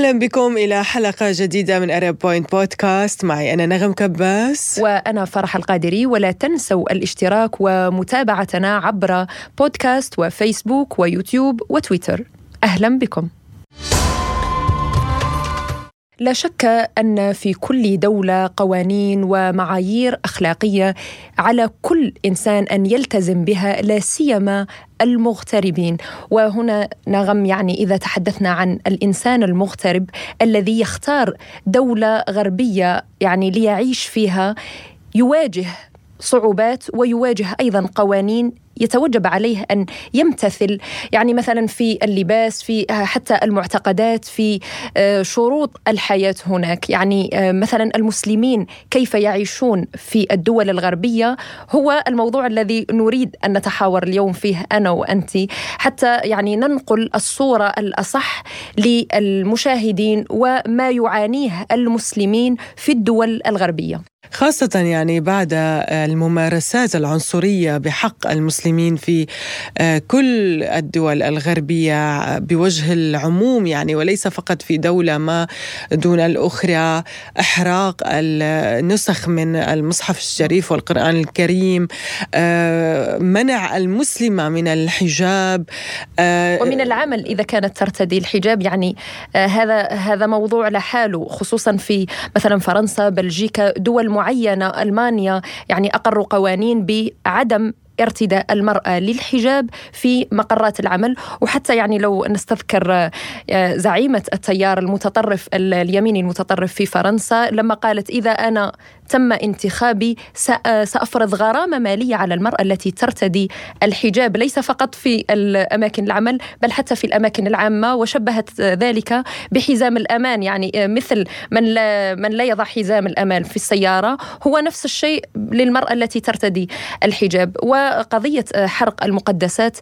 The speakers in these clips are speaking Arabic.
أهلا بكم إلى حلقة جديدة من أرب بوينت بودكاست. معي أنا نغم كباس وأنا فرح القادري. ولا تنسوا الاشتراك ومتابعتنا عبر بودكاست وفيسبوك ويوتيوب وتويتر. أهلا بكم. لا شك أن في كل دولة قوانين ومعايير أخلاقية على كل إنسان أن يلتزم بها، لا سيما المغتربين. وهنا نغم إذا تحدثنا عن الإنسان المغترب الذي يختار دولة غربية ليعيش فيها، يواجه صعوبات ويواجه أيضا قوانين يتوجب عليه أن يمتثل، مثلا في اللباس، في حتى المعتقدات، في شروط الحياة هناك. مثلا المسلمين كيف يعيشون في الدول الغربية هو الموضوع الذي نريد أن نتحاور اليوم فيه أنا وأنت، حتى ننقل الصورة الأصح للمشاهدين وما يعانيه المسلمين في الدول الغربية، خاصة بعد الممارسات العنصرية بحق المسلمين في كل الدول الغربية بوجه العموم، وليس فقط في دولة ما دون الأخرى. إحراق النسخ من المصحف الشريف والقرآن الكريم، منع المسلمة من الحجاب ومن العمل إذا كانت ترتدي الحجاب. هذا موضوع لحاله، خصوصا في مثلا فرنسا، بلجيكا، دول معينة، ألمانيا، أقروا قوانين بعدم ارتداء المرأة للحجاب في مقرات العمل. وحتى لو نستذكر زعيمة التيار المتطرف اليميني المتطرف في فرنسا لما قالت: إذا أنا تم انتخابي سأفرض غرامة مالية على المرأة التي ترتدي الحجاب، ليس فقط في الأماكن العمل بل حتى في الأماكن العامة. وشبهت ذلك بحزام الأمان، مثل من لا يضع حزام الأمان في السيارة هو نفس الشيء للمرأة التي ترتدي الحجاب. وقضية حرق المقدسات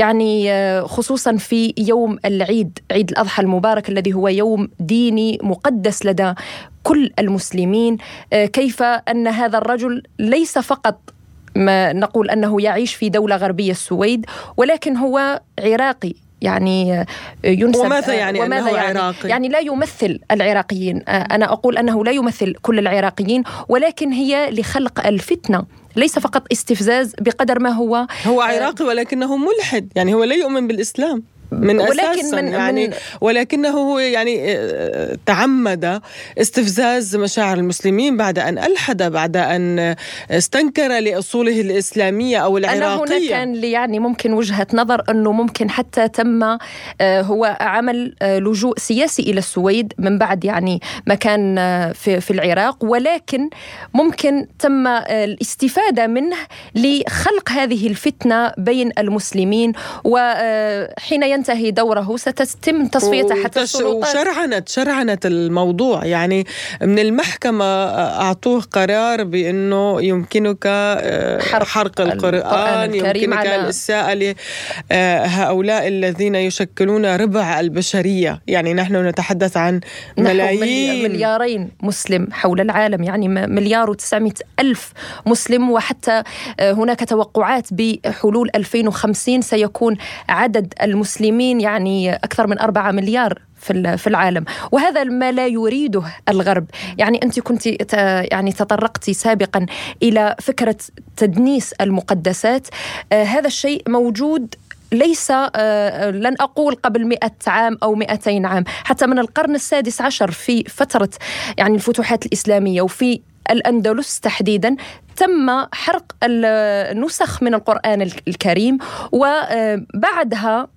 خصوصا في يوم العيد، عيد الأضحى المبارك الذي هو يوم ديني مقدس لدى كل المسلمين، كيف أن هذا الرجل ليس فقط ما نقول أنه يعيش في دولة غربية السويد، ولكن هو عراقي، ينسب. وماذا أنه عراقي؟ لا يمثل العراقيين. أنا أقول أنه لا يمثل كل العراقيين، ولكن هي لخلق الفتنة، ليس فقط استفزاز بقدر ما هو عراقي ولكنه ملحد، هو لا يؤمن بالإسلام من أساساً، ولكنه هو تعمد استفزاز مشاعر المسلمين بعد أن ألحد، بعد أن استنكر لأصوله الإسلامية أو العراقية. أنا هنا كان ممكن وجهة نظر أنه ممكن حتى تم هو عمل لجوء سياسي إلى السويد من بعد ما كان في العراق، ولكن ممكن تم الاستفادة منه لخلق هذه الفتنة بين المسلمين. وحين ينتهي دوره ستتم تصفيته حتى السلطات. شرعنت الموضوع، من المحكمة أعطوه قرار بأنه يمكنك حرق القرآن، يمكنك الإساءة لهؤلاء الذين يشكلون ربع البشرية. نحن نتحدث عن مليارين مسلم حول العالم، 1,900,000 مسلم. وحتى هناك توقعات بحلول 2050 سيكون عدد المسلمين أكثر من 4 مليار في العالم، وهذا ما لا يريده الغرب. أنت كنت تطرقتي سابقا إلى فكرة تدنيس المقدسات. هذا الشيء موجود، ليس لن أقول قبل 100 عام أو 200 عام، حتى من القرن السادس عشر في فترة الفتوحات الإسلامية وفي الأندلس تحديدا تم حرق النسخ من القرآن الكريم. وبعدها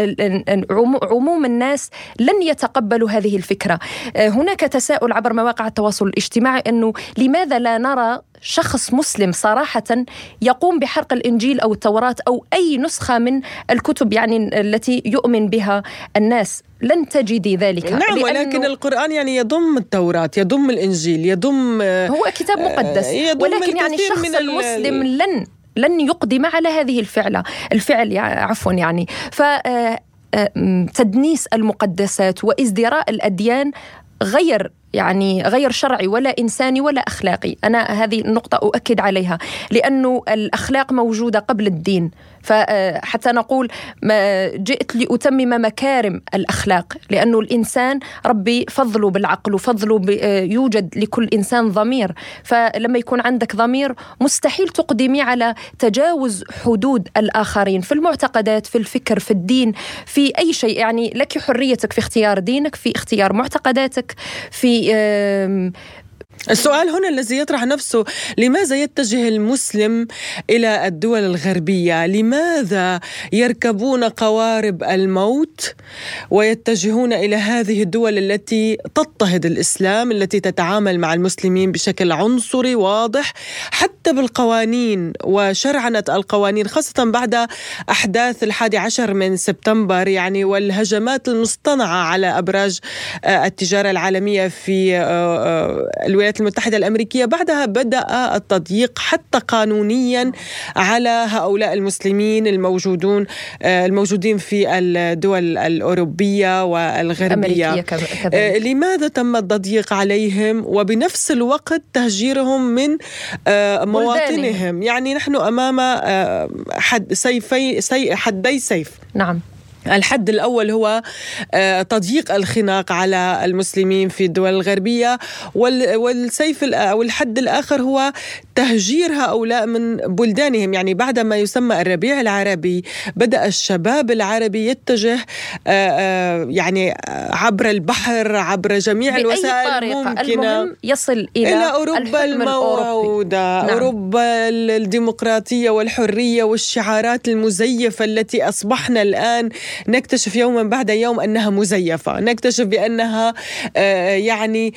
عموم الناس لن يتقبلوا هذه الفكرة. هناك تساؤل عبر مواقع التواصل الاجتماعي أنه لماذا لا نرى شخص مسلم صراحة يقوم بحرق الإنجيل أو التوراة أو أي نسخة من الكتب التي يؤمن بها الناس؟ لن تجدي ذلك. نعم، ولكن القرآن يضم التوراة، يضم الإنجيل، يضم هو كتاب مقدس، ولكن الشخص المسلم لن يقدم على هذه الفعل فتدنيس المقدسات وازدراء الأديان غير يعني غير شرعي ولا إنساني ولا أخلاقي. أنا هذه النقطة أؤكد عليها، لأنه الأخلاق موجودة قبل الدين. فحتى نقول جئت لأتمم مكارم الأخلاق، لأنه الإنسان ربي فضله بالعقل وفضله يوجد لكل إنسان ضمير. فلما يكون عندك ضمير مستحيل تقدمي على تجاوز حدود الآخرين في المعتقدات، في الفكر، في الدين، في أي شيء. يعني لك حريتك في اختيار دينك، في اختيار معتقداتك، في السؤال هنا الذي يطرح نفسه: لماذا يتجه المسلم إلى الدول الغربية؟ لماذا يركبون قوارب الموت ويتجهون إلى هذه الدول التي تضطهد الإسلام، التي تتعامل مع المسلمين بشكل عنصري واضح حتى بالقوانين وشرعنة القوانين، خاصة بعد أحداث 11 من سبتمبر يعني، والهجمات المصطنعة على أبراج التجارة العالمية في الولايات المتحدة الأمريكية؟ بعدها بدأ التضييق حتى قانونيا على هؤلاء المسلمين الموجودين في الدول الأوروبية والغربية. لماذا تم التضييق عليهم وبنفس الوقت تهجيرهم من مواطنهم؟ يعني نحن أمام حدي سيف. نعم. الحد الأول هو تضييق الخناق على المسلمين في الدول الغربية، والحد الآخر هو تهجير هؤلاء من بلدانهم. يعني بعد ما يسمى الربيع العربي بدأ الشباب العربي يتجه يعني عبر البحر، عبر جميع الوسائل الممكنة، يصل إلى أوروبا الموعودة. نعم. أوروبا الديمقراطية والحرية والشعارات المزيفة التي أصبحنا الآن نكتشف يوما بعد يوم أنها مزيفة، نكتشف بأنها يعني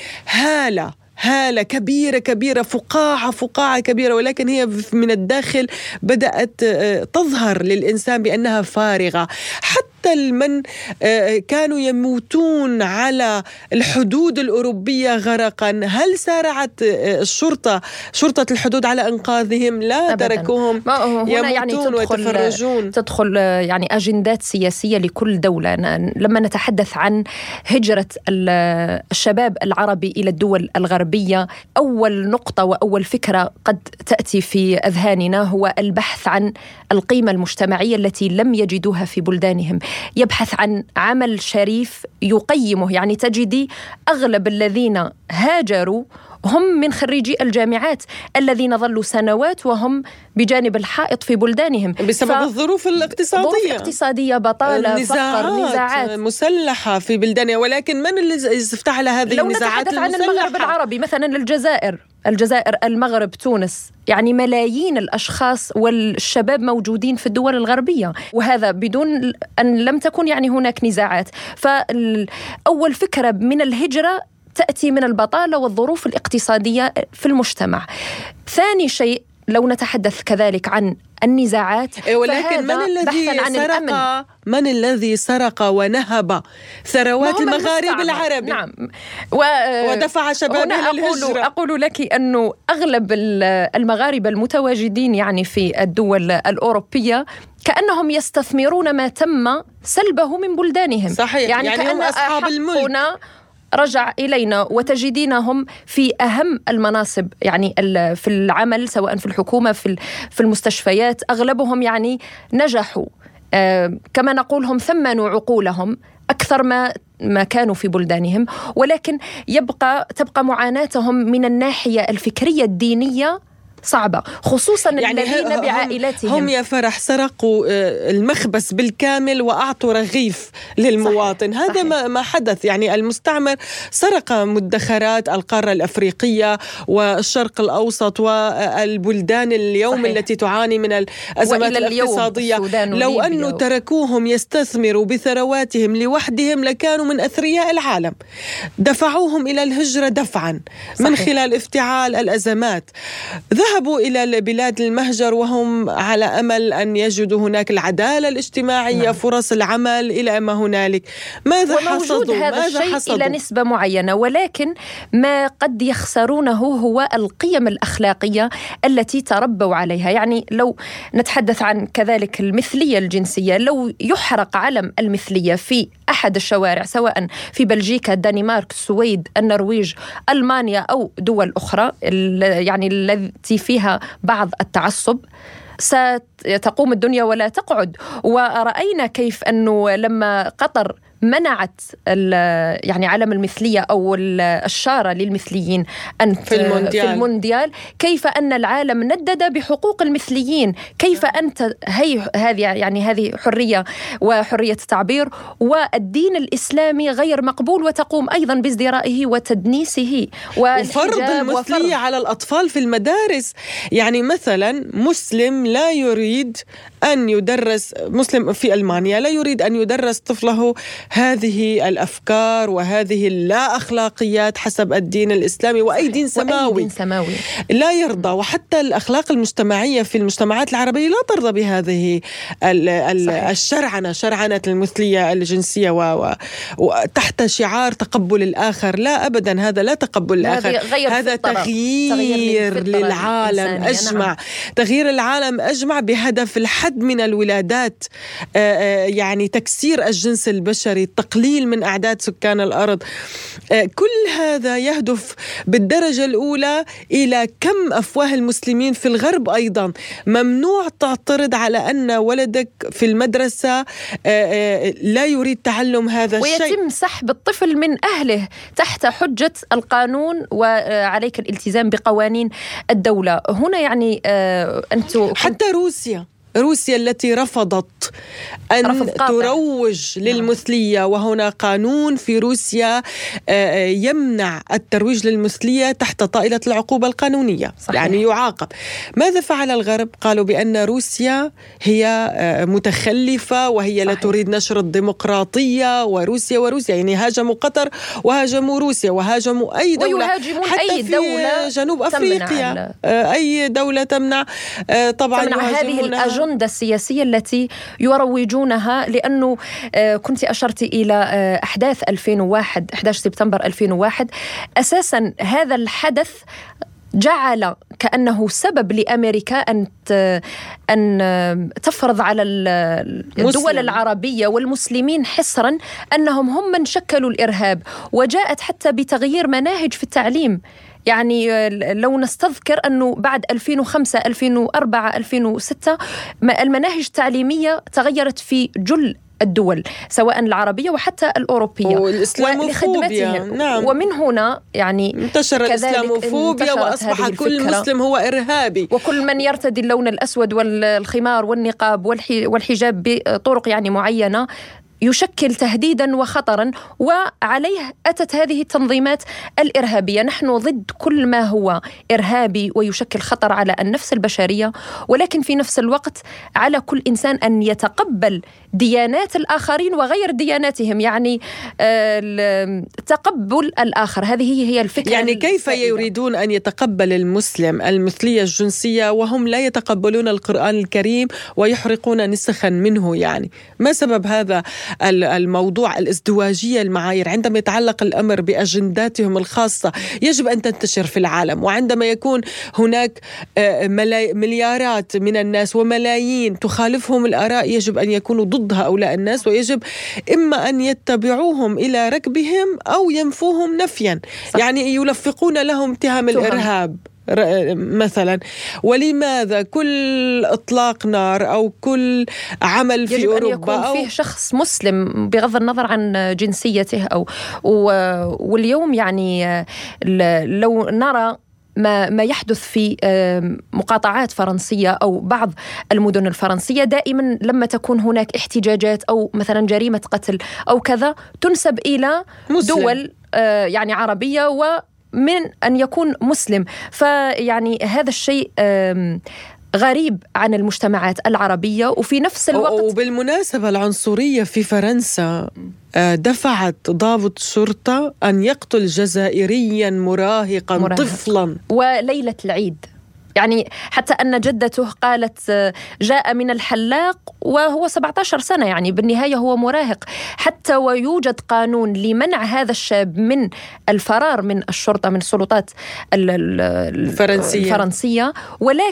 هالة كبيرة، فقاعة كبيرة، ولكن هي من الداخل بدأت تظهر للإنسان بأنها فارغة. حتى من كانوا يموتون على الحدود الأوروبية غرقا، هل سارعت شرطة الحدود على إنقاذهم؟ لا، تركوهم يموتون يعني ويتفرجون. تدخل يعني أجندات سياسية لكل دولة. لما نتحدث عن هجرة الشباب العربي إلى الدول الغربية، أول نقطة وأول فكرة قد تأتي في أذهاننا هو البحث عن القيمة المجتمعية التي لم يجدوها في بلدانهم. يبحث عن عمل شريف يقيمه. يعني تجدي أغلب الذين هاجروا هم من خريجي الجامعات الذين ظلوا سنوات وهم بجانب الحائط في بلدانهم بسبب الظروف الاقتصادية، بطالة، فقر، نزاعات مسلحة في بلدانها. ولكن من اللي استفتح هذه النزاعات المسلحة؟ لو نتحدث عن المغرب العربي مثلا، الجزائر، المغرب، تونس، يعني ملايين الأشخاص والشباب موجودين في الدول الغربية، وهذا بدون أن لم تكن يعني هناك نزاعات. فأول فكرة من الهجرة تأتي من البطالة والظروف الاقتصادية في المجتمع. ثاني شيء لو نتحدث كذلك عن النزاعات، ولكن من الذي سرق ونهب ثروات المغارب العربي؟ نعم. ودفع شبابنا للهجرة. أقول لك أنه أغلب المغاربة المتواجدين يعني في الدول الأوروبية كأنهم يستثمرون ما تم سلبه من بلدانهم. صحيح. يعني هم أصحاب الملك رجع إلينا، وتجدينهم في أهم المناصب يعني في العمل، سواء في الحكومة في المستشفيات. أغلبهم يعني نجحوا، كما نقول هم ثمنوا عقولهم أكثر ما كانوا في بلدانهم، ولكن تبقى معاناتهم من الناحية الفكرية الدينية صعبة، خصوصا يعني الذين بعائلاتهم. هم يا فرح سرقوا المخبز بالكامل وأعطوا رغيف للمواطن. صحيح. هذا صحيح. ما حدث. يعني المستعمر سرق مدخرات القارة الأفريقية والشرق الأوسط والبلدان اليوم صحيح. التي تعاني من الأزمات الاقتصادية. لو أنه تركوهم يستثمروا بثرواتهم لوحدهم لكانوا من أثرياء العالم. دفعوهم إلى الهجرة دفعا صحيح. من خلال افتعال الأزمات. ذهبوا إلى البلاد المهجر وهم على أمل أن يجدوا هناك العدالة الاجتماعية. نعم. فرص العمل إلى ما هنالك. ماذا حصدوا؟ هذا الشيء إلى نسبة معينة، ولكن ما قد يخسرونه هو القيم الأخلاقية التي تربوا عليها. يعني لو نتحدث عن كذلك المثلية الجنسية، لو يحرق علم المثلية في أحد الشوارع، سواء في بلجيكا، الدنمارك، السويد، النرويج، ألمانيا أو دول أخرى يعني التي فيها بعض التعصب، ستقوم الدنيا ولا تقعد. ورأينا كيف أنه لما قطر منعت يعني علم المثلية أو الشارة للمثليين في المونديال، كيف أن العالم ندد بحقوق المثليين، كيف أنت هذه حرية وحرية التعبير، والدين الإسلامي غير مقبول، وتقوم أيضا بازدرائه وتدنيسه وفرض المثلية على الأطفال في المدارس. يعني مثلا مسلم لا يريد أن يدرس، مسلم في ألمانيا لا يريد أن يدرس طفله هذه الأفكار وهذه اللا أخلاقيات حسب الدين الإسلامي وأي دين سماوي لا يرضى. وحتى الأخلاق المجتمعية في المجتمعات العربية لا ترضى بهذه شرعنة المثلية الجنسية وتحت شعار تقبل الآخر. لا أبدا، هذا لا تقبل الآخر، هذا تغيير للعالم أجمع. نعم. تغيير العالم أجمع بهدف الحد من الولادات، يعني تكسير الجنس البشري، التقليل من أعداد سكان الأرض. كل هذا يهدف بالدرجة الأولى إلى كم أفواه المسلمين في الغرب. أيضا ممنوع تعترض على أن ولدك في المدرسة لا يريد تعلم هذا الشيء، ويتم سحب الطفل من أهله تحت حجة القانون وعليك الالتزام بقوانين الدولة. هنا يعني حتى روسيا التي رفضت أن تروج للمثلية، وهنا قانون في روسيا يمنع الترويج للمثلية تحت طائلة العقوبة القانونية. صحيح. يعني يعاقب. ماذا فعل الغرب؟ قالوا بأن روسيا هي متخلفة وهي صحيح. لا تريد نشر الديمقراطية، وروسيا يعني هاجموا قطر وهاجموا روسيا وهاجموا أي دولة، حتى أي دولة في جنوب أفريقيا أي دولة تمنع طبعا هذه الأجندة السياسية التي يروجونها. لأنه كنت أشرت إلى أحداث 2001 11 سبتمبر 2001. أساسا هذا الحدث جعل كأنه سبب لأمريكا أن تفرض على الدول العربية والمسلمين حصرا أنهم هم من شكلوا الإرهاب، وجاءت حتى بتغيير مناهج في التعليم. يعني لو نستذكر أنه بعد 2005 2004 2006 المناهج التعليمية تغيرت في جل الدول سواء العربية وحتى الأوروبية، والإسلاموفوبيا. نعم. ومن هنا يعني انتشر الإسلاموفوبيا وأصبح كل مسلم هو إرهابي، وكل من يرتدي اللون الأسود والخمار والنقاب والحجاب بطرق يعني معينة يشكل تهديدا وخطرا، وعليه أتت هذه التنظيمات الإرهابية. نحن ضد كل ما هو إرهابي ويشكل خطر على النفس البشرية، ولكن في نفس الوقت على كل إنسان أن يتقبل ديانات الآخرين وغير دياناتهم، يعني تقبل الآخر. هذه هي الفكرة. يعني كيف يريدون أن يتقبل المسلم المثلية الجنسية وهم لا يتقبلون القرآن الكريم ويحرقون نسخا منه؟ يعني ما سبب هذا الموضوع؟ الازدواجية المعايير عندما يتعلق الأمر بأجنداتهم الخاصة يجب أن تنتشر في العالم، وعندما يكون هناك مليارات من الناس وملايين تخالفهم الآراء يجب أن يكونوا ضد هؤلاء الناس، ويجب إما أن يتبعوهم إلى ركبهم أو ينفوهم نفيا. صح. يعني يلفقون لهم اتهام الإرهاب مثلا. ولماذا كل إطلاق نار أو كل عمل في أوروبا يجب أن يكون فيه شخص مسلم بغض النظر عن جنسيته واليوم يعني لو نرى ما يحدث في مقاطعات فرنسية أو بعض المدن الفرنسية، دائما لما تكون هناك احتجاجات أو مثلا جريمة قتل أو كذا تنسب إلى مسلم. دول يعني عربية ومن أن يكون مسلم. فيعني هذا الشيء غريب عن المجتمعات العربية. وفي نفس الوقت وبالمناسبة العنصرية في فرنسا دفعت ضابط شرطة أن يقتل جزائريا مراهقا طفلا وليلة العيد. يعني حتى أن جدته قالت جاء من الحلاق وهو 17 سنة، يعني بالنهاية هو مراهق. حتى ويوجد قانون لمنع هذا الشاب من الفرار من الشرطة من السلطات الفرنسية، ولكن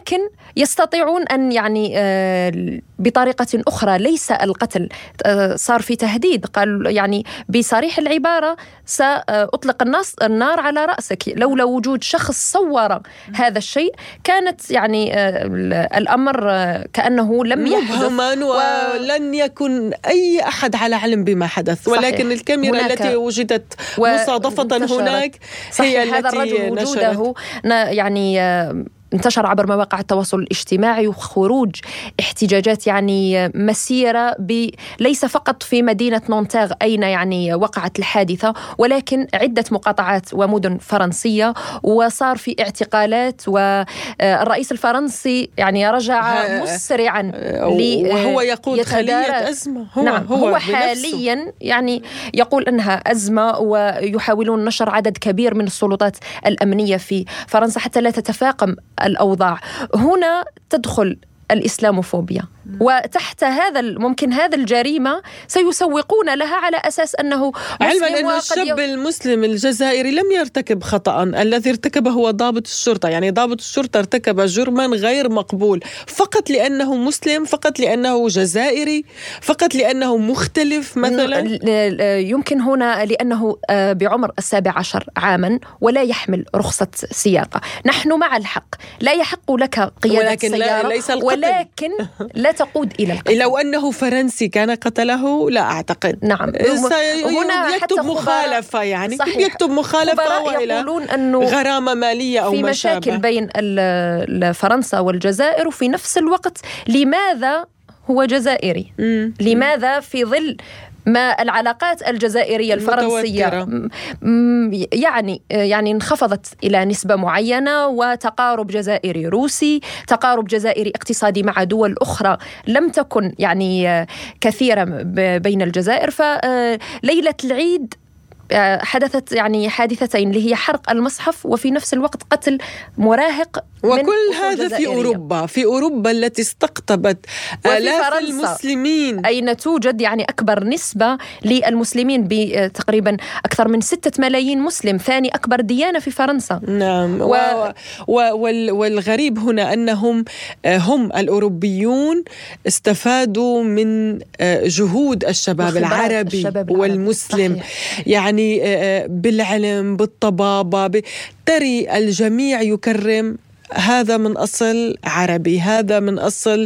يستطيعون أن يعني بطريقة أخرى ليس القتل، صار في تهديد، قال يعني بصريح العبارة سأطلق النار على رأسك. لولا وجود شخص صور هذا الشيء كانت يعني الأمر كأنه لم يحدث ولن يكن أي أحد على علم بما حدث. صحيح. ولكن الكاميرا التي وجدت مصادفة هناك هي هذا الرجل وجوده يعني انتشر عبر مواقع التواصل الاجتماعي، وخروج احتجاجات يعني مسيرة ليس فقط في مدينة نونتاغ أين يعني وقعت الحادثة، ولكن عدة مقاطعات ومدن فرنسية، وصار في اعتقالات، والرئيس الفرنسي يعني رجع مسرعا وهو يقود خلية أزمة. هو حاليا يعني يقول أنها أزمة، ويحاولون نشر عدد كبير من السلطات الأمنية في فرنسا حتى لا تتفاقم الأوضاع. هنا تدخل الإسلاموفوبيا، وتحت ممكن هذا الجريمة سيسوقون لها على أساس أنه علما أن الشاب المسلم الجزائري لم يرتكب خطأ، الذي ارتكبه هو ضابط الشرطة. يعني ضابط الشرطة ارتكب جرما غير مقبول فقط لأنه مسلم، فقط لأنه جزائري، فقط لأنه مختلف مثلا. يمكن هنا لأنه بعمر 17 عاما ولا يحمل رخصة سياقة. نحن مع الحق، لا يحق لك قيادة السيارة، ولكن لا تقود إلى القتل. لو أنه فرنسي كان قتله لا أعتقد. نعم. هنا يكتب مخالفة، يعني يكتب مخالفة وإلى غرامة مالية أو في مشاكل بين فرنسا والجزائر، وفي نفس الوقت لماذا هو جزائري؟ لماذا في ظل ما العلاقات الجزائرية الفرنسية يعني انخفضت إلى نسبة معينة، وتقارب جزائري روسي، تقارب جزائري اقتصادي مع دول أخرى لم تكن يعني كثيرة بين الجزائر. فليلة العيد حدثت يعني حادثتين، اللي هي حرق المصحف وفي نفس الوقت قتل مراهق. وكل هذا في أوروبا التي استقطبت آلاف المسلمين، أين توجد يعني أكبر نسبة للمسلمين بتقريبا أكثر من 6 ملايين مسلم، ثاني أكبر ديانة في فرنسا. نعم. والغريب هنا أنهم هم الأوروبيون استفادوا من جهود الشباب العربي والمسلم. صحيح. يعني بالعلم، بالطبابة، تري الجميع يكرم هذا من أصل عربي، هذا من أصل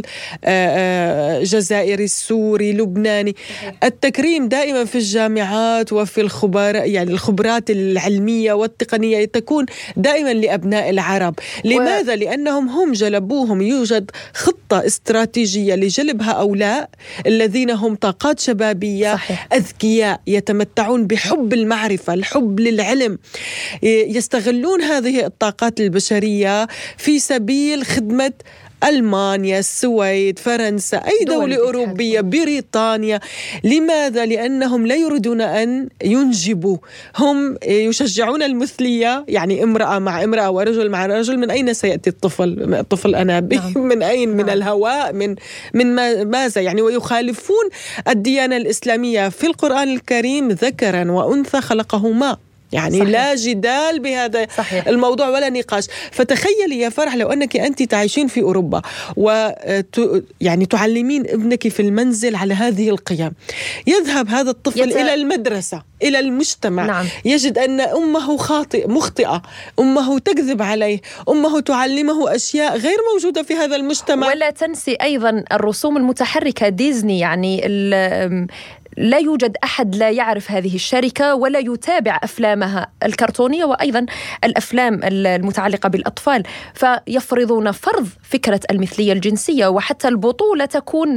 جزائري، سوري، لبناني. التكريم دائما في الجامعات وفي الخبرات العلمية والتقنية تكون دائما لأبناء العرب. لماذا؟ لأنهم هم جلبوهم. يوجد خطة استراتيجية لجلب هؤلاء الذين هم طاقات شبابية. صحيح. أذكياء يتمتعون بحب المعرفة، الحب للعلم، يستغلون هذه الطاقات البشرية في سبيل خدمة ألمانيا، السويد، فرنسا، أي دولة أوروبية، بريطانيا. لماذا؟ لأنهم لا يريدون أن ينجبوا، هم يشجعون المثلية، يعني امرأة مع امرأة ورجل مع رجل. من أين سيأتي الطفل أنابي؟ من أين؟ من الهواء، من ماذا يعني؟ ويخالفون الديانة الإسلامية. في القرآن الكريم ذكرا وأنثى خلقهما، يعني صحيح. لا جدال بهذا. صحيح. الموضوع ولا نقاش. فتخيلي يا فرح لو أنك أنت تعيشين في أوروبا يعني تعلمين ابنك في المنزل على هذه القيم، يذهب هذا الطفل إلى المدرسة، إلى المجتمع. نعم. يجد أن أمه مخطئة، أمه تكذب عليه، أمه تعلمه أشياء غير موجودة في هذا المجتمع. ولا تنسي أيضا الرسوم المتحركة ديزني، يعني لا يوجد أحد لا يعرف هذه الشركة ولا يتابع أفلامها الكرتونية وأيضا الأفلام المتعلقة بالأطفال، فيفرضون فرض فكرة المثلية الجنسية، وحتى البطولة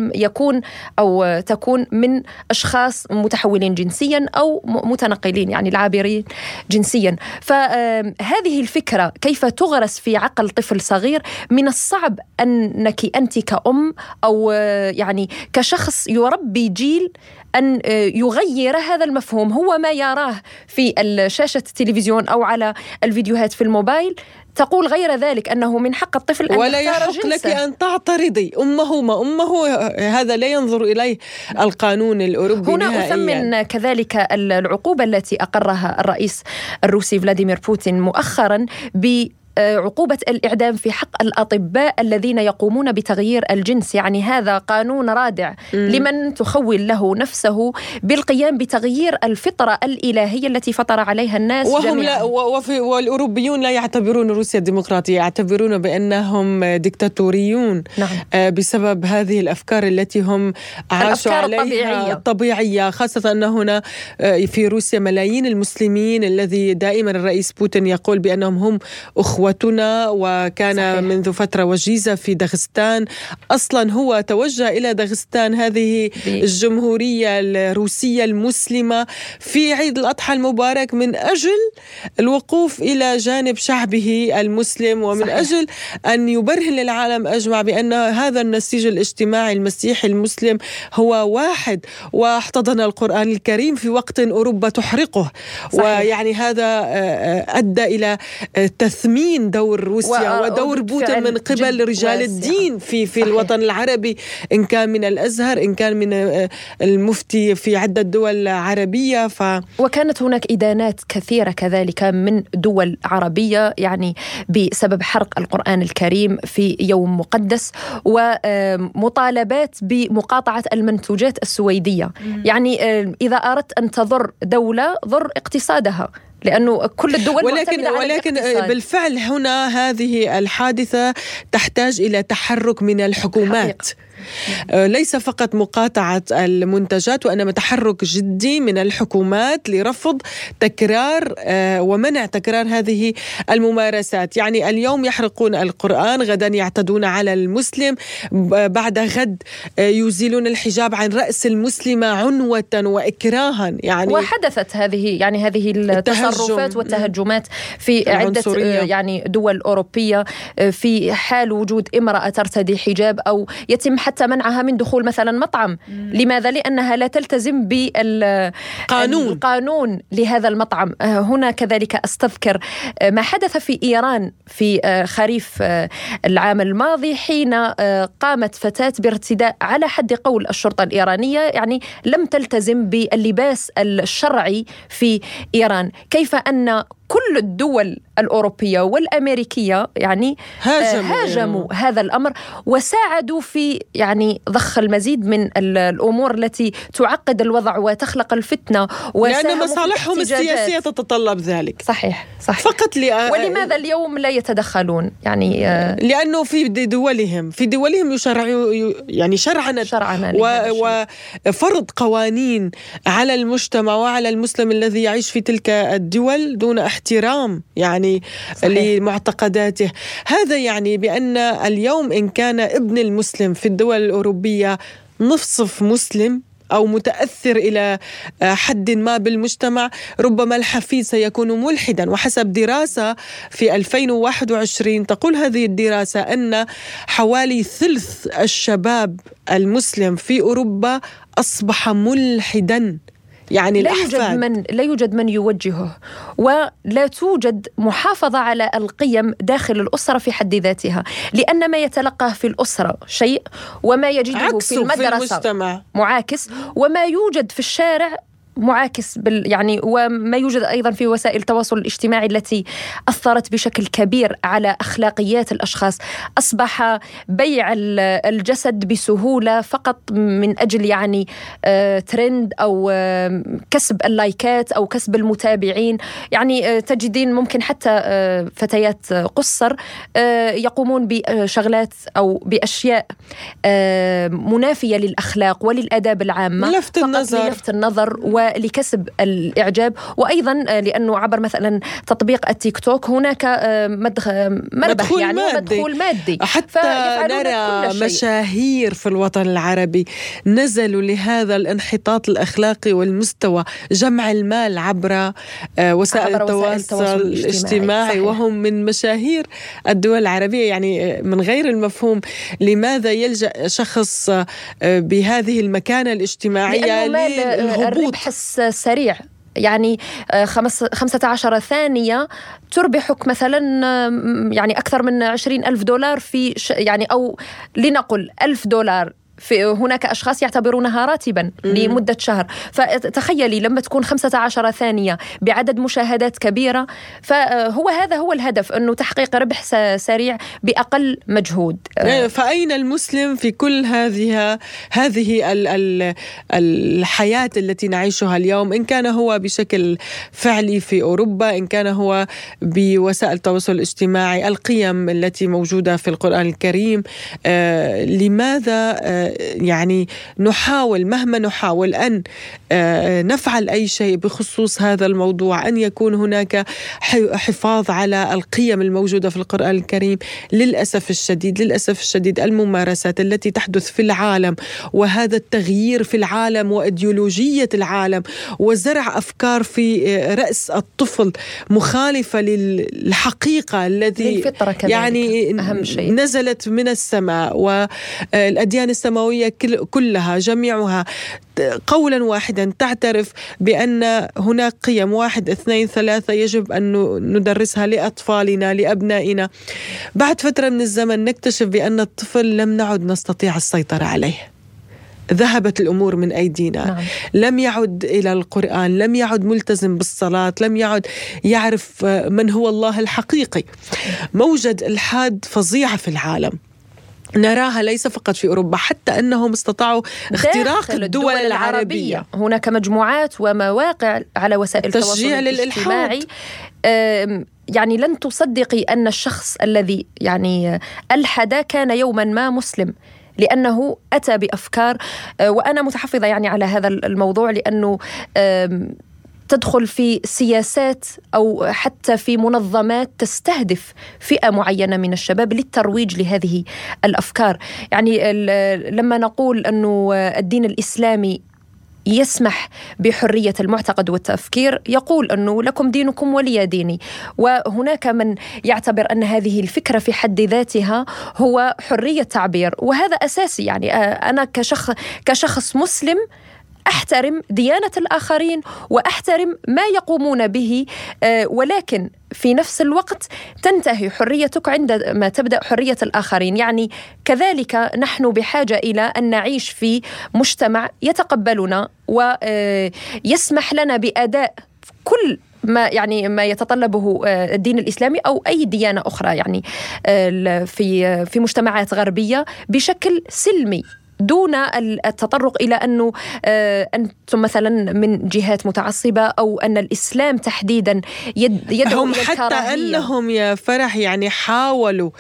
تكون من أشخاص متحولين جنسيا أو متنقلين، يعني العابرين جنسيا. فهذه الفكرة كيف تغرس في عقل طفل صغير؟ من الصعب أنك أنت كأم أو يعني كشخص يربي جيل أن يغير هذا المفهوم. هو ما يراه في شاشة التلفزيون أو على الفيديوهات في الموبايل تقول غير ذلك، أنه من حق الطفل أن ولا يحق لك أن تعترضي. أمه ما أمه، هذا لا ينظر إليه القانون الأوروبي هنا نهائياً. أثمن كذلك العقوبة التي أقرها الرئيس الروسي فلاديمير بوتين مؤخراً عقوبة الإعدام في حق الأطباء الذين يقومون بتغيير الجنس. يعني هذا قانون رادع لمن تخول له نفسه بالقيام بتغيير الفطرة الإلهية التي فطر عليها الناس وهم جميعا. والأوروبيون لا يعتبرون روسيا ديمقراطية، يعتبرون بأنهم ديكتاتوريون. نعم. بسبب هذه الأفكار التي هم عاشوا عليها الطبيعية، خاصة أن هنا في روسيا ملايين المسلمين الذي دائما الرئيس بوتين يقول بأنهم هم أخوتنا، وكان صحيح. منذ فترة وجيزة في داغستان. أصلا هو توجه إلى داغستان، هذه الجمهورية الروسية المسلمة، في عيد الأضحى المبارك من أجل الوقوف إلى جانب شعبه المسلم، ومن صحيح. أجل أن يبرهن للعالم أجمع بأن هذا النسيج الاجتماعي المسيحي المسلم هو واحد. واحتضن القرآن الكريم في وقت أوروبا تحرقه. صحيح. ويعني هذا أدى إلى تثمين دور روسيا ودور بوتين من قبل رجال الدين في الوطن العربي، إن كان من الأزهر، إن كان من المفتي في عدة دول عربية. وكانت هناك إدانات كثيرة كذلك من دول عربية، يعني بسبب حرق القرآن الكريم في يوم مقدس، ومطالبات بمقاطعة المنتوجات السويدية. يعني إذا أردت أن تضر دولة، ضر اقتصادها، لأنه كل الدول ولكن بالفعل هنا هذه الحادثة تحتاج إلى تحرك من الحكومات. ليس فقط مقاطعة المنتجات، وإنما تحرك جدي من الحكومات لرفض تكرار ومنع تكرار هذه الممارسات. يعني اليوم يحرقون القرآن، غدا يعتدون على المسلم، بعد غد يزيلون الحجاب عن رأس المسلمة عنوة وإكراها. يعني وحدثت هذه التصرفات والتهجمات في عدة يعني دول أوروبية، في حال وجود امرأة ترتدي حجاب أو يتم حتى منعها من دخول مثلا مطعم. لماذا؟ لأنها لا تلتزم بالقانون لهذا المطعم. هنا كذلك أستذكر ما حدث في إيران في خريف العام الماضي، حين قامت فتاة بارتداء على حد قول الشرطة الإيرانية، يعني لم تلتزم باللباس الشرعي في إيران. كيف أن كل الدول الأوروبية والأمريكية يعني هاجموا هذا الأمر، وساعدوا في يعني ضخ المزيد من الأمور التي تعقد الوضع وتخلق الفتنة، لأن مصالحهم السياسية تتطلب ذلك. صحيح. فقط ولماذا اليوم لا يتدخلون؟ يعني لأنه في دولهم يشرعوا يعني شرعنا وفرض قوانين على المجتمع وعلى المسلم الذي يعيش في تلك الدول دون احترام يعني لمعتقداته. هذا يعني بأن اليوم إن كان ابن المسلم في الدول الأوروبية نصف مسلم أو متأثر إلى حد ما بالمجتمع، ربما الحفيد سيكون ملحدا. وحسب دراسة في 2021 تقول هذه الدراسة أن حوالي ثلث الشباب المسلم في أوروبا أصبح ملحدا. يعني لا يوجد من يوجهه، ولا توجد محافظة على القيم داخل الأسرة في حد ذاتها، لأن ما يتلقاه في الأسرة شيء، وما يجده في المدرسة معاكس، وما يوجد في الشارع معاكس يعني وما يوجد أيضا في وسائل التواصل الاجتماعي التي أثرت بشكل كبير على أخلاقيات الأشخاص. أصبح بيع الجسد بسهولة فقط من أجل يعني ترند أو كسب اللايكات أو كسب المتابعين. يعني تجدين ممكن حتى فتيات قصر يقومون بشغلات أو بأشياء منافية للأخلاق وللآداب العامة لفت النظر ولكسب الإعجاب. وأيضا لأنه عبر مثلا تطبيق التيك توك هناك مربح يعني مدخول مادي. حتى نرى مشاهير في الوطن العربي نزلوا لهذا الانحطاط الأخلاقي والمستوى جمع المال عبر وسائل التواصل الاجتماعي، وهم من مشاهير الدول العربية. يعني من غير المفهوم لماذا يلجأ شخص بهذه المكانة الاجتماعية للهبوط؟ بحس سريع، يعني 15 ثانية تربحك مثلا يعني أكثر من 20,000 دولار في يعني أو لنقل $1,000 هناك أشخاص يعتبرونها راتبا لمدة شهر. فتخيلي لما تكون 15 ثانية بعدد مشاهدات كبيرة، هذا هو الهدف، أنه تحقيق ربح سريع بأقل مجهود. فأين المسلم في كل هذه الحياة التي نعيشها اليوم، إن كان هو بشكل فعلي في أوروبا، إن كان هو بوسائل التواصل الاجتماعي، القيم التي موجودة في القرآن الكريم؟ لماذا يعني نحاول مهما نحاول أن نفعل أي شيء بخصوص هذا الموضوع أن يكون هناك حفاظ على القيم الموجودة في القرآن الكريم؟ للأسف الشديد الممارسات التي تحدث في العالم، وهذا التغيير في العالم وإيديولوجية العالم وزرع أفكار في رأس الطفل مخالفة للحقيقة التي يعني أهم شيء نزلت من السماء. والأديان السماوية كلها جميعها قولا واحدا تعترف بأن هناك قيم 1 2 3 يجب أن ندرسها لأطفالنا لأبنائنا. بعد فترة من الزمن نكتشف بأن الطفل لم نعد نستطيع السيطرة عليه، ذهبت الأمور من أيدينا. نعم. لم يعد إلى القرآن، لم يعد ملتزم بالصلاة، لم يعد يعرف من هو الله الحقيقي. موجة إلحاد فظيعة في العالم نراها ليس فقط في أوروبا، حتى أنهم استطاعوا اختراق الدول العربية. هناك مجموعات ومواقع على وسائل التواصل الاجتماعي يعني لن تصدقي أن الشخص الذي يعني ألحد كان يوما ما مسلم، لأنه أتى بأفكار. وأنا متحفظة يعني على هذا الموضوع، لأنه تدخل في سياسات أو حتى في منظمات تستهدف فئة معينة من الشباب للترويج لهذه الأفكار. يعني لما نقول أنه الدين الإسلامي يسمح بحرية المعتقد والتفكير، يقول أنه لكم دينكم ولي ديني. وهناك من يعتبر أن هذه الفكرة في حد ذاتها هو حرية تعبير، وهذا أساسي. يعني أنا كشخص مسلم أحترم ديانة الآخرين وأحترم ما يقومون به، ولكن في نفس الوقت تنتهي حريتك عندما تبدأ حرية الآخرين. يعني كذلك نحن بحاجة إلى أن نعيش في مجتمع يتقبلنا ويسمح لنا بأداء كل ما يتطلبه الدين الإسلامي أو أي ديانة أخرى، يعني في مجتمعات غربية بشكل سلمي، دون التطرق إلى أنه أنتم مثلا من جهات متعصبة أو أن الإسلام تحديدا يدعو إلى الكراهية. حتى أنهم يا فرح يعني حاولوا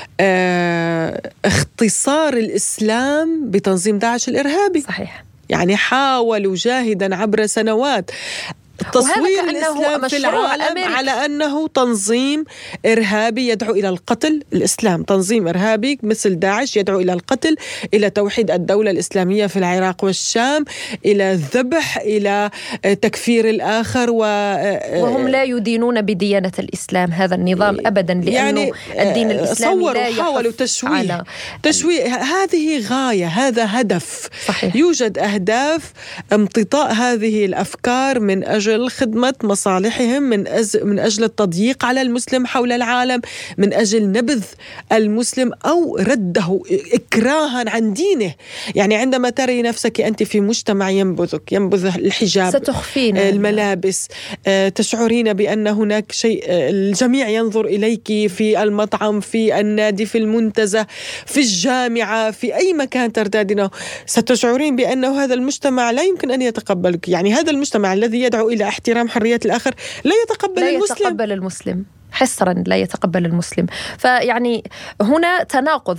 اختصار الإسلام بتنظيم داعش الإرهابي. صحيح. يعني حاولوا جاهدا عبر سنوات تصوير الإسلام في العالم على أنه تنظيم إرهابي يدعو إلى القتل. الإسلام تنظيم إرهابي مثل داعش يدعو إلى القتل، إلى توحيد الدولة الإسلامية في العراق والشام، إلى الذبح، إلى تكفير الآخر. وهم لا يدينون بديانة الإسلام هذا النظام أبدا، لأنه يعني الدين الإسلامي لا حاولوا تشويه هذه غاية، هذا هدف. صحيح. يوجد أهداف امتطاء هذه الأفكار من أجل خدمة مصالحهم، من أجل التضييق على المسلم حول العالم، من أجل نبذ المسلم أو رده إكراها عن دينه. يعني عندما تري نفسك أنت في مجتمع ينبذ الحجاب، ستخفين الملابس، تشعرين بأن هناك شيء، الجميع ينظر إليك في المطعم، في النادي، في المنتزه، في الجامعة، في أي مكان ترتادينه، ستشعرين بأنه هذا المجتمع لا يمكن أن يتقبلك. يعني هذا المجتمع الذي يدعو إلى احترام حرية الآخر لا يتقبل المسلم حصرا، لا يتقبل المسلم. فيعني هنا تناقض.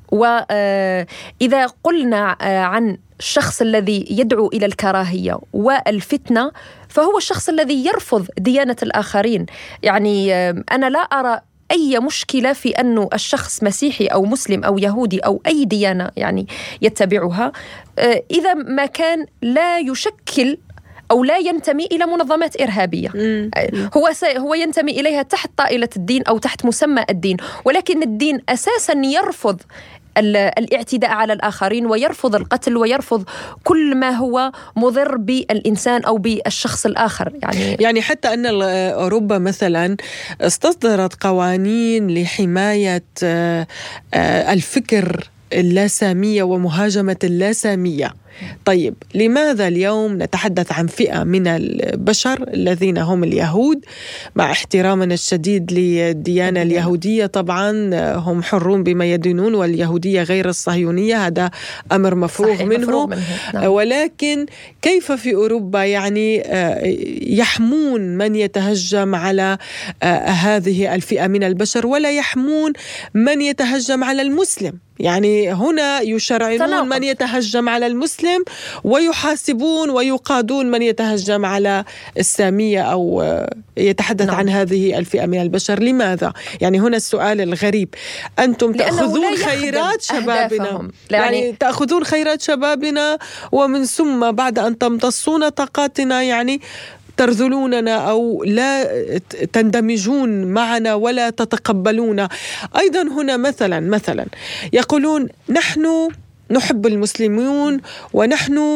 وإذا قلنا عن الشخص الذي يدعو إلى الكراهية والفتنة، فهو الشخص الذي يرفض ديانة الآخرين. يعني أنا لا أرى أي مشكلة في أنه الشخص مسيحي أو مسلم أو يهودي أو أي ديانة يعني يتبعها، إذا ما كان لا يشكل أو لا ينتمي إلى منظمات إرهابية. هو ينتمي إليها تحت طائلة الدين أو تحت مسمى الدين، ولكن الدين أساساً يرفض الاعتداء على الآخرين، ويرفض القتل، ويرفض كل ما هو مضر بالإنسان أو بالشخص الآخر. يعني حتى أن أوروبا مثلا استصدرت قوانين لحماية الفكر اللاسامية ومهاجمة اللاسامية. طيب لماذا اليوم نتحدث عن فئة من البشر الذين هم اليهود، مع احترامنا الشديد للديانة اليهودية؟ طبعا هم حرون بما يدينون، واليهودية غير الصهيونية هذا أمر مفروغ منه. نعم. ولكن كيف في أوروبا يعني يحمون من يتهجم على هذه الفئة من البشر ولا يحمون من يتهجم على المسلم؟ يعني هنا يشرعنون من يتهجم على المسلم ويحاسبون ويقادون من يتهجم على السامية أو يتحدث عن هذه الفئة من البشر. لماذا؟ يعني هنا السؤال الغريب. أنتم تأخذون خيرات شبابنا، يعني تأخذون خيرات شبابنا ومن ثم بعد أن تمتصون طاقاتنا يعني ترذلوننا أو لا تندمجون معنا ولا تتقبلون. أيضا هنا مثلا يقولون نحن نحب المسلمون ونحن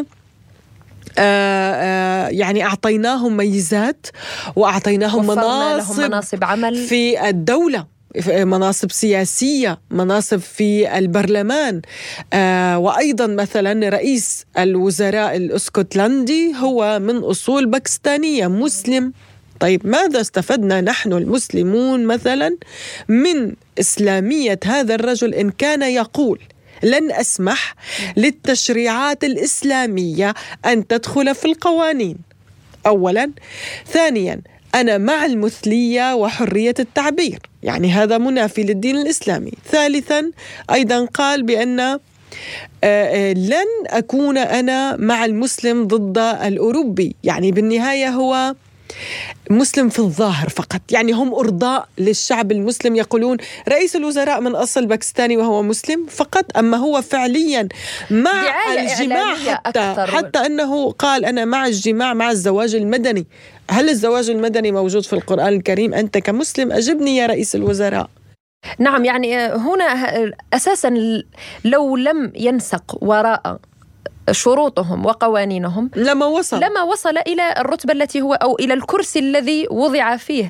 يعني أعطيناهم ميزات وأعطيناهم مناصب عمل في الدولة، مناصب سياسية، مناصب في البرلمان، وأيضا مثلا رئيس الوزراء الاسكتلندي هو من أصول باكستانية مسلم. طيب ماذا استفدنا نحن المسلمون مثلا من إسلامية هذا الرجل إن كان يقول لن أسمح للتشريعات الإسلامية أن تدخل في القوانين؟ أولا. ثانيا، أنا مع المثلية وحرية التعبير، يعني هذا منافي للدين الإسلامي. ثالثا أيضا قال بأن لن أكون أنا مع المسلم ضد الأوروبي، يعني بالنهاية هو مسلم في الظاهر فقط، يعني هم أرضاء للشعب المسلم. يقولون رئيس الوزراء من أصل باكستاني وهو مسلم فقط، أما هو فعليا مع الجماع حتى أنه قال أنا مع الجماع، مع الزواج المدني. هل الزواج المدني موجود في القرآن الكريم؟ أنت كمسلم أجبني يا رئيس الوزراء. نعم، يعني هنا أساسا لو لم ينسق وراء شروطهم وقوانينهم لما وصل إلى الرتبة التي هو أو إلى الكرسي الذي وضع فيه.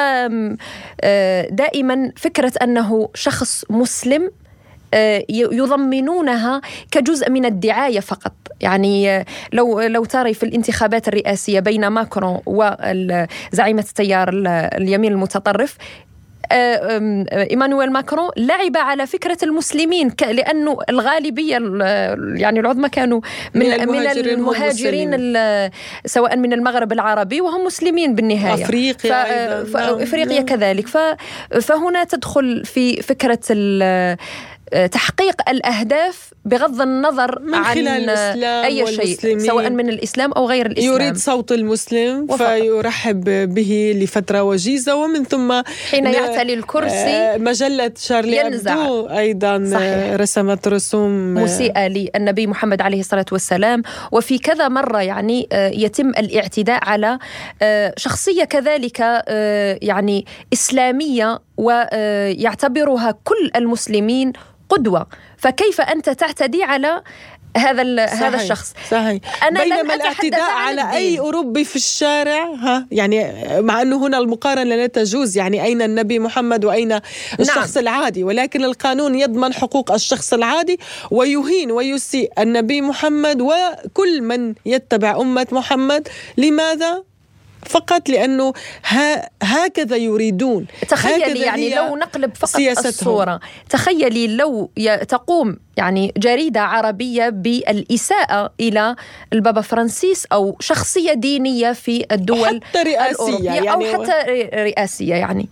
فدائما فكرة أنه شخص مسلم يضمنونها كجزء من الدعاية فقط. يعني لو ترى في الانتخابات الرئاسية بين ماكرون وزعيمة التيار اليمين المتطرف، إيمانويل ماكرون لعب على فكرة المسلمين لأنه الغالبية يعني العظمى كانوا من المهاجرين سواء من المغرب العربي وهم مسلمين بالنهاية، أفريقيا كذلك. فهنا تدخل في فكرة تحقيق الأهداف بغض النظر من خلال عن الإسلام أي شيء سواء من الإسلام أو غير الإسلام. يريد صوت المسلم فيرحب به لفترة وجيزة، ومن ثم حين يعتلي الكرسي مجلة شارلي أبدو أيضا رسمت رسوم مسيئة للنبي محمد عليه الصلاة والسلام. وفي كذا مرة يعني يتم الاعتداء على شخصية كذلك يعني إسلامية ويعتبرها كل المسلمين قدوة، فكيف أنت تعتدي على هذا الشخص؟ صحيح. بينما الاعتداء على أي أوروبي في الشارع يعني مع أنه هنا المقارنة لا تجوز، يعني أين النبي محمد وأين الشخص العادي؟ ولكن القانون يضمن حقوق الشخص العادي ويهين ويسيء النبي محمد وكل من يتبع أمة محمد. لماذا؟ فقط لأنه هكذا يريدون. تخيلي يعني لو نقلب فقط الصورة، تخيلي لو تقوم يعني جريدة عربية بالإساءة إلى البابا فرانسيس أو شخصية دينية في الدول حتى رئاسية يعني أو حتى رئاسية، يعني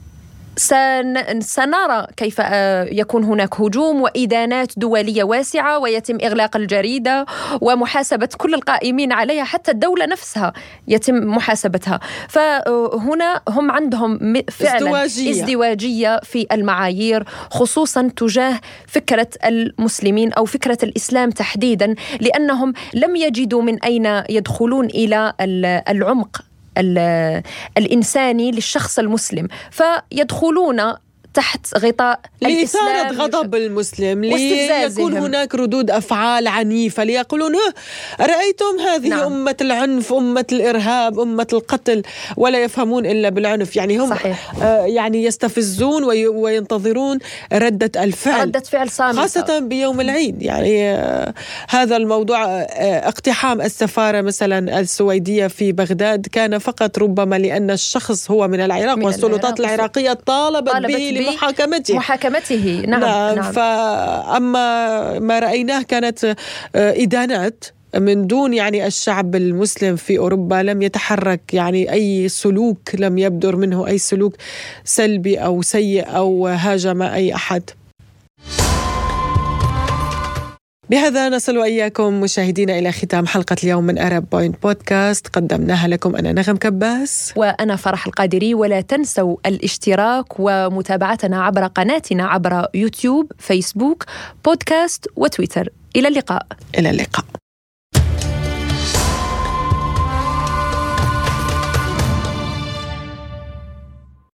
سنرى كيف يكون هناك هجوم وإدانات دولية واسعة ويتم إغلاق الجريدة ومحاسبة كل القائمين عليها، حتى الدولة نفسها يتم محاسبتها. فهنا هم عندهم فعلا ازدواجية في المعايير، خصوصا تجاه فكرة المسلمين أو فكرة الإسلام تحديدا، لأنهم لم يجدوا من أين يدخلون إلى العمق الإنساني للشخص المسلم، فيدخلون تحت غطاء الإسلام، لإثارة غضب المسلم، ليكون هناك ردود أفعال عنيفة، ليقولون أرأيتم هذه أمة العنف، أمة الإرهاب، أمة القتل، ولا يفهمون إلا بالعنف. يعني هم يعني يستفزون وينتظرون ردة فعل صامتة، خاصة بيوم العيد. يعني هذا الموضوع اقتحام السفارة مثلا السويدية في بغداد كان فقط ربما لأن الشخص هو من العراق والسلطات العراقية طالبت به محاكمته. نعم. فأما ما رأيناه كانت إدانات من دون يعني الشعب المسلم في أوروبا لم يتحرك، يعني أي سلوك لم يبدر منه أي سلوك سلبي أو سيء أو هاجم أي أحد. بهذا نصل وإياكم مشاهدينا إلى ختام حلقة اليوم من أرب بوينت بودكاست. قدمناها لكم أنا نغم كباس وأنا فرح القادري. ولا تنسوا الاشتراك ومتابعتنا عبر قناتنا عبر يوتيوب، فيسبوك، بودكاست وتويتر. إلى اللقاء.